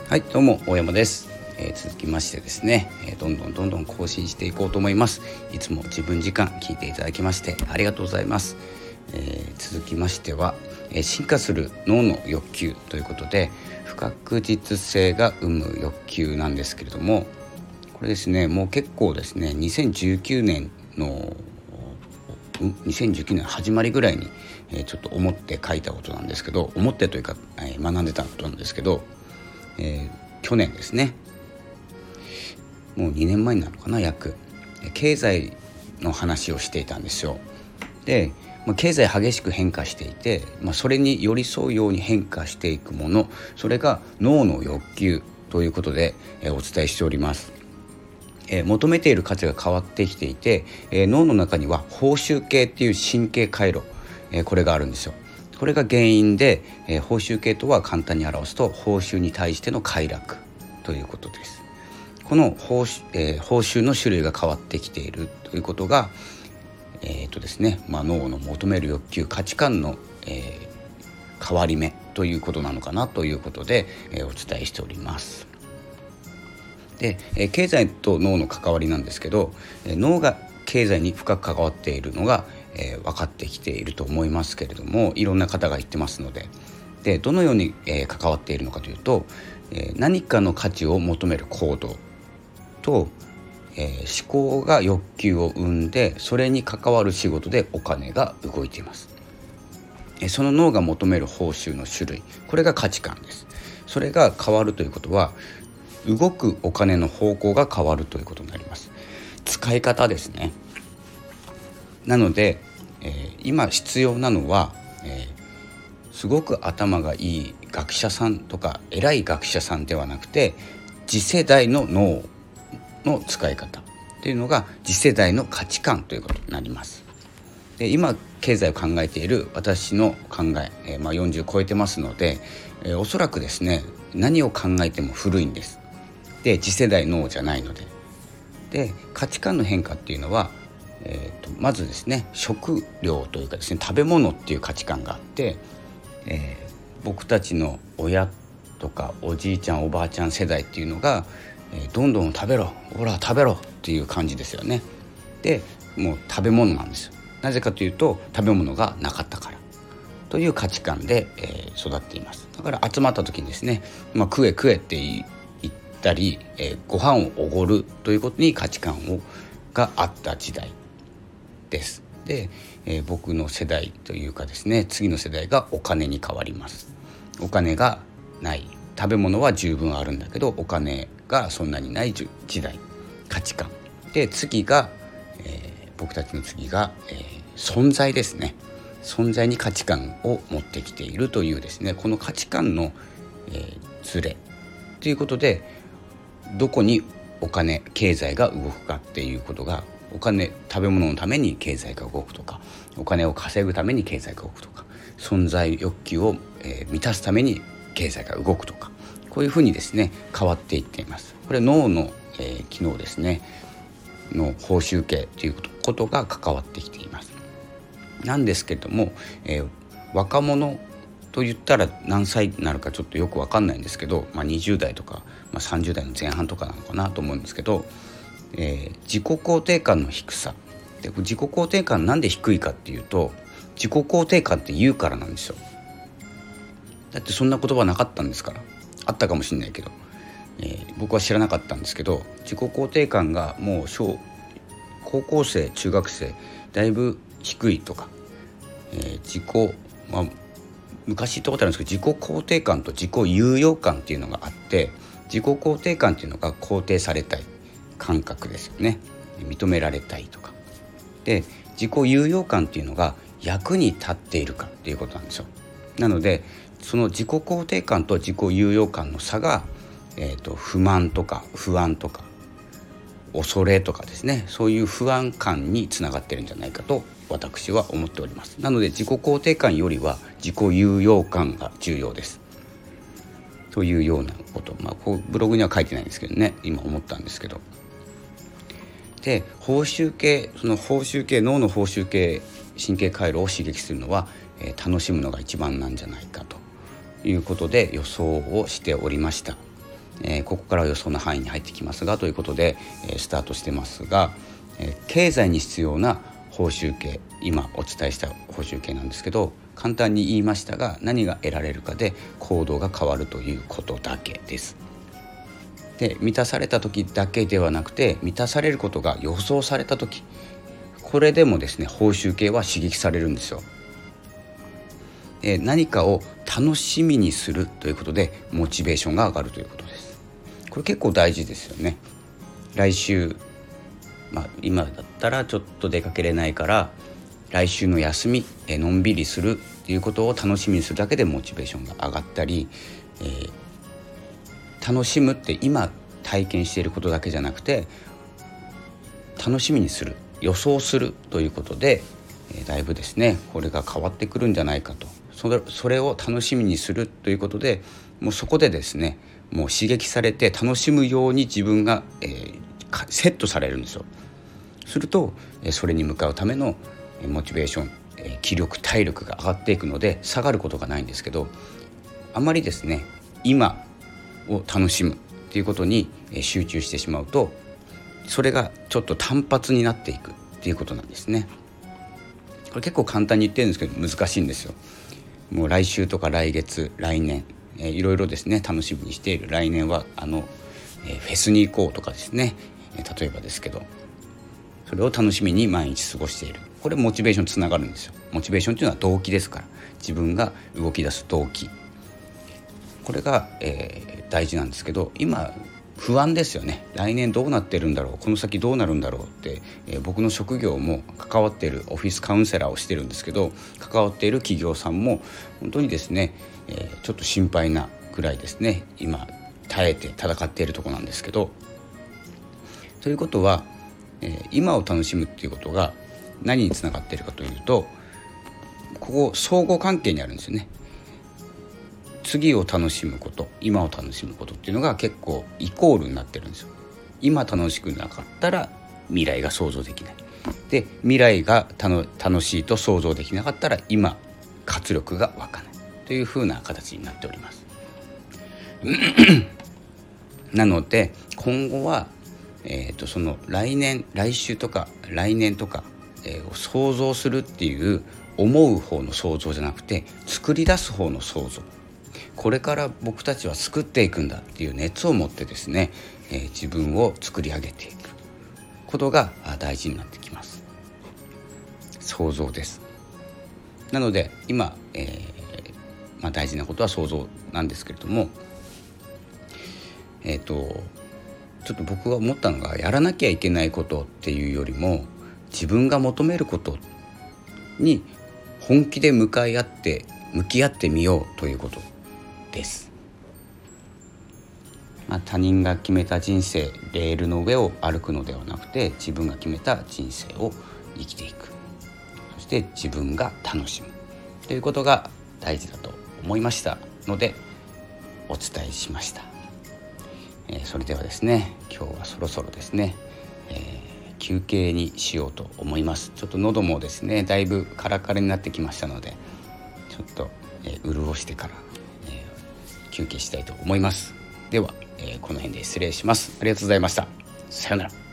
はい、どうも大山です。続きましてですね、どんどん更新していこうと思います。いつも自分時間聞いていただきましてありがとうございます。続きましては、進化する脳の欲求ということで、不確実性が生む欲求なんですけれども、これですね、もう結構ですね、2019年始まりぐらいに、ちょっと思って書いたことなんですけど、思ってというか、学んでたことなんですけど、去年ですね、もう2年前になるのかな、経済の話をしていたんですよ。で、経済激しく変化していて、それに寄り添うように変化していくもの、それが脳の欲求ということで、お伝えしております。求めている価値が変わってきていて、脳の中には報酬系っていう神経回路、これがあるんですよ。これが原因で、報酬系とは簡単に表すと報酬に対しての快楽ということです。この報酬の種類が変わってきているということが、ですね、脳の求める欲求、価値観の、変わり目ということなのかなということで、お伝えしております。で、経済と脳の関わりなんですけど、脳が経済に深く関わっているのが、分かってきていると思いますけれども、いろんな方が言ってますので、どのように、関わっているのかというと、何かの価値を求める行動と、思考が欲求を生んで、それに関わる仕事でお金が動いています。その脳が求める報酬の種類、これが価値観です。それが変わるということは、動くお金の方向が変わるということになります。使い方ですね。なので、今必要なのは、すごく頭がいい学者さんとか偉い学者さんではなくて、次世代の脳の使い方っていうのが次世代の価値観ということになります。で、今経済を考えている私の考え、40超えてますので、おそらくですね、何を考えても古いんです。で、次世代脳じゃないので、価値観の変化っていうのは、まずですね、食料というかですね、食べ物っていう価値観があって、僕たちの親とかおじいちゃんおばあちゃん世代っていうのが、どんどん食べろ、ほら食べろっていう感じですよね。で、もう食べ物なんですよ。なぜかというと、食べ物がなかったからという価値観で、育っています。だから集まった時にですね、食え食えって言ったり、ご飯をおごるということに価値観があった時代です。で、僕の世代というかですね、次の世代がお金に変わります。お金がない、食べ物は十分あるんだけどお金がそんなにない時代、価値観で、次が、僕たちの次が、存在ですね。存在に価値観を持ってきているというですね、この価値観の、ズレということで、どこにお金経済が動くかっていうことが、食べ物のために経済が動くとか、お金を稼ぐために経済が動くとか、存在欲求を、満たすために経済が動くとか、こういうふうにですね変わっていっています。これ脳の、機能ですねの報酬系ということが関わってきています。なんですけれども、若者と言ったら何歳になるかちょっとよく分かんないんですけど、20代とか、30代の前半とかなのかなと思うんですけど、自己肯定感の低さで、自己肯定感なんで低いかっていうと、自己肯定感って言うからなんですよ。だってそんな言葉なかったんですから。あったかもしれないけど、僕は知らなかったんですけど、自己肯定感がもう高校生中学生だいぶ低いとか、昔言ったことあるんですけど、自己肯定感と自己有用感っていうのがあって、自己肯定感っていうのが肯定されたい感覚ですよね。認められたいとかで、自己有用感っていうのが役に立っているかっていうことなんですよ。なので、その自己肯定感と自己有用感の差が、不満とか不安とか恐れとかですね、そういう不安感につながっているんじゃないかと私は思っております。なので、自己肯定感よりは自己有用感が重要ですというようなこと、こうブログには書いてないんですけどね、今思ったんですけど。で、報酬系、その報酬系、脳の報酬系神経回路を刺激するのは、楽しむのが一番なんじゃないかということで予想をしておりました。 ここからは予想の範囲に入ってきますがということで、スタートしてますが、経済に必要な報酬系、今お伝えした報酬系なんですけど、簡単に言いましたが何が得られるかで行動が変わるということだけです。で、満たされた時だけではなくて、満たされることが予想された時、これでもですね報酬系は刺激されるんですよ。何かを楽しみにするということでモチベーションが上がるということです。これ結構大事ですよね。来週、今だったらちょっと出かけれないから来週の休み、のんびりするということを楽しみにするだけでモチベーションが上がったり、楽しむって今体験していることだけじゃなくて、楽しみにする、予想するということで、だいぶですねこれが変わってくるんじゃないかと。それを楽しみにするということで、もうそこでですねもう刺激されて楽しむように自分が、セットされるんですよ。するとそれに向かうためのモチベーション、気力体力が上がっていくので下がることがないんですけど、あまりですね今を楽しむっていうことに集中してしまうと、それがちょっと単発になっていくっていうことなんですね。これ結構簡単に言ってるんですけど難しいんですよ。もう来週とか来月、来年、いろいろですね楽しみにしている。来年はフェスに行こうとかですね、例えばですけど、それを楽しみに毎日過ごしている。これモチベーションつながるんですよ。モチベーションというのは動機ですから、自分が動き出す動機、これが、大事なんですけど、今不安ですよね。来年どうなってるんだろう、この先どうなるんだろうって、僕の職業も関わっているオフィスカウンセラーをしてるんですけど、関わっている企業さんも本当にですね、ちょっと心配なくらいですね今耐えて戦っているところなんですけど、ということは、今を楽しむっていうことが何につながっているかというと、ここ相互関係にあるんですよね。次を楽しむこと、今を楽しむことっていうのが結構イコールになってるんですよ。今楽しくなかったら未来が想像できない。で、未来が楽しいと想像できなかったら今活力が湧かないというふうな形になっておりますなので今後は、その来週とか来年とか、を想像するっていう思う方の想像じゃなくて、作り出す方の想像、これから僕たちは作っていくんだっていう熱を持ってですね、自分を作り上げていくことが大事になってきます。想像です。なので今、大事なことは想像なんですけれども、ちょっと僕が思ったのが、やらなきゃいけないことっていうよりも自分が求めることに本気で向き合ってみようということです。他人が決めた人生、レールの上を歩くのではなくて、自分が決めた人生を生きていく、そして自分が楽しむということが大事だと思いましたのでお伝えしました。それではですね、今日はそろそろですね、休憩にしようと思います。ちょっと喉もですねだいぶカラカラになってきましたので、ちょっと、潤してから、休憩したいと思います。では、この辺で失礼します。ありがとうございました。さようなら。